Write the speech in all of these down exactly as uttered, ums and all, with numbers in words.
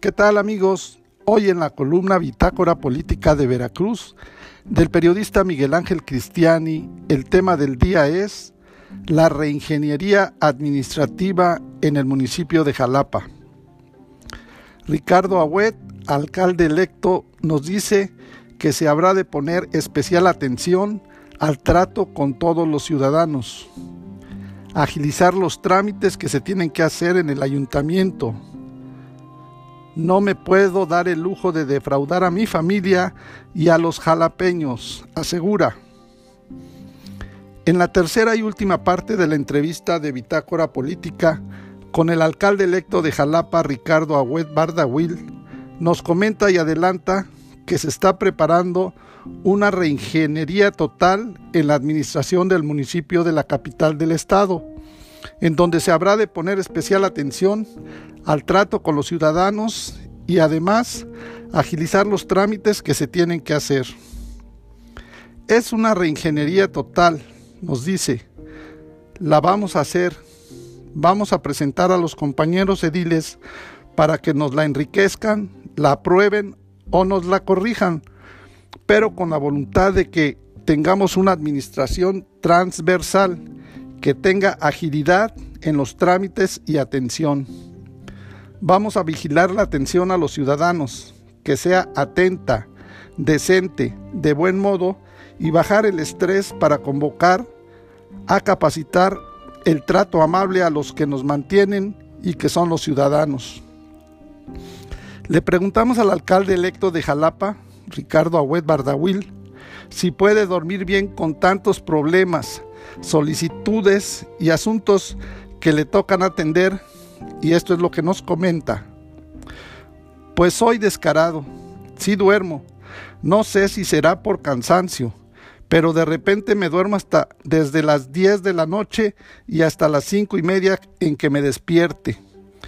¿Qué tal, amigos? Hoy en la columna Bitácora Política de Veracruz, del periodista Miguel Ángel Cristiani, el tema del día es la reingeniería administrativa en el municipio de Jalapa. Ricardo Agüed, alcalde electo, nos dice que se habrá de poner especial atención al trato con todos los ciudadanos, agilizar los trámites que se tienen que hacer en el ayuntamiento. No me puedo dar el lujo de defraudar a mi familia y a los jalapeños, asegura. En la tercera y última parte de la entrevista de Bitácora Política con el alcalde electo de Jalapa, Ricardo Agüed Bardawil, nos comenta y adelanta que se está preparando una reingeniería total en la administración del municipio de la capital del estado, en donde se habrá de poner especial atención al trato con los ciudadanos y además agilizar los trámites que se tienen que hacer. Es una reingeniería total, nos dice. La vamos a hacer. Vamos a presentar a los compañeros ediles para que nos la enriquezcan, la aprueben o nos la corrijan, pero con la voluntad de que tengamos una administración transversal que tenga agilidad en los trámites y atención. Vamos a vigilar la atención a los ciudadanos, que sea atenta, decente, de buen modo y bajar el estrés para convocar a capacitar el trato amable a los que nos mantienen y que son los ciudadanos. Le preguntamos al alcalde electo de Jalapa, Ricardo Agüed Bardawil, si puede dormir bien con tantos problemas, solicitudes y asuntos que le tocan atender, y esto es lo que nos comenta. Pues soy descarado, sí duermo, no sé si será por cansancio, pero de repente me duermo hasta desde las diez de la noche y hasta las cinco y media en que me despierte.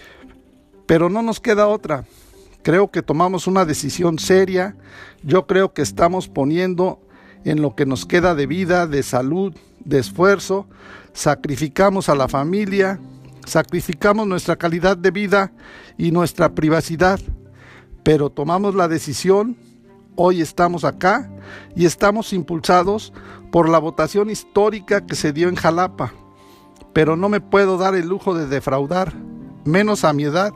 Pero no nos queda otra. Creo que tomamos una decisión seria. Yo creo que estamos poniendo en lo que nos queda de vida, de salud, de esfuerzo. Sacrificamos a la familia, sacrificamos nuestra calidad de vida y nuestra privacidad. Pero tomamos la decisión. Hoy estamos acá y estamos impulsados por la votación histórica que se dio en Jalapa. Pero no me puedo dar el lujo de defraudar, menos a mi edad.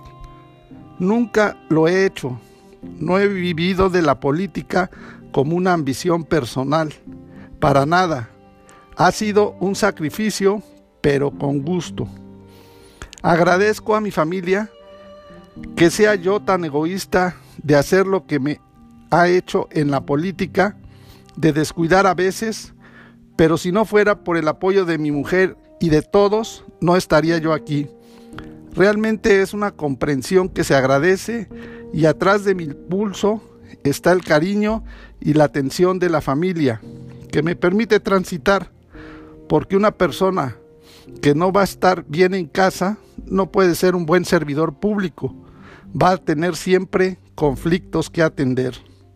Nunca lo he hecho. No he vivido de la política como una ambición personal. Para nada. Ha sido un sacrificio, pero con gusto. Agradezco a mi familia que sea yo tan egoísta de hacer lo que me ha hecho en la política, de descuidar a veces, pero si no fuera por el apoyo de mi mujer y de todos, no estaría yo aquí. Realmente es una comprensión que se agradece y atrás de mi pulso está el cariño y la atención de la familia que me permite transitar, porque una persona que no va a estar bien en casa no puede ser un buen servidor público, va a tener siempre conflictos que atender.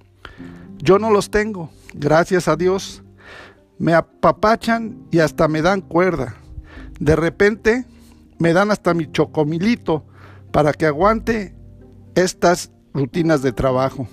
Yo no los tengo, gracias a Dios. Me apapachan y hasta me dan cuerda. De repente me dan hasta mi chocomilito para que aguante estas rutinas de trabajo.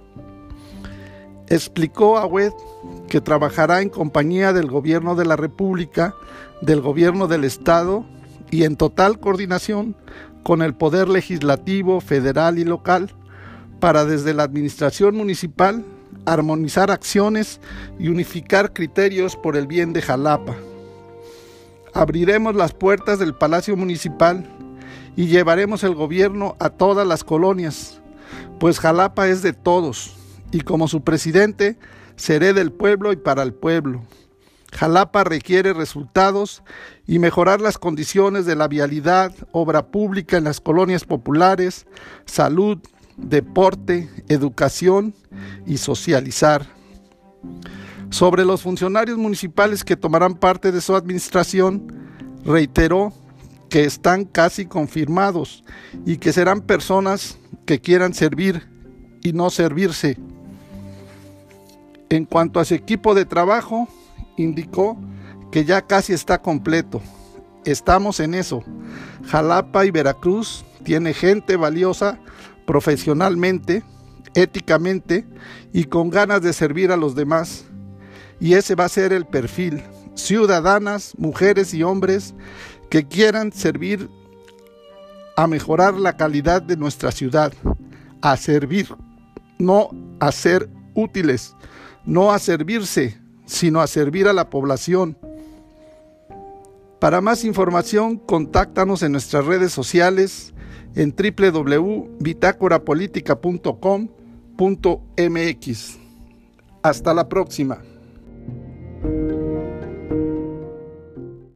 Explicó Agüed que trabajará en compañía del gobierno de la República, del gobierno del Estado y en total coordinación con el poder legislativo, federal y local para desde la administración municipal armonizar acciones y unificar criterios por el bien de Jalapa. Abriremos las puertas del Palacio Municipal y llevaremos el gobierno a todas las colonias, pues Jalapa es de todos, y como su presidente, seré del pueblo y para el pueblo. Jalapa requiere resultados y mejorar las condiciones de la vialidad, obra pública en las colonias populares, salud, deporte, educación y socializar. Sobre los funcionarios municipales que tomarán parte de su administración, reiteró que están casi confirmados y que serán personas que quieran servir y no servirse. En cuanto a su equipo de trabajo, indicó que ya casi está completo. Estamos en eso. Jalapa y Veracruz tiene gente valiosa profesionalmente, éticamente y con ganas de servir a los demás. Y ese va a ser el perfil: ciudadanas, mujeres y hombres que quieran servir a mejorar la calidad de nuestra ciudad, a servir, no a ser útiles, no a servirse, sino a servir a la población. Para más información, contáctanos en nuestras redes sociales en doble u doble u doble u punto bitácora política punto com punto m x. Hasta la próxima.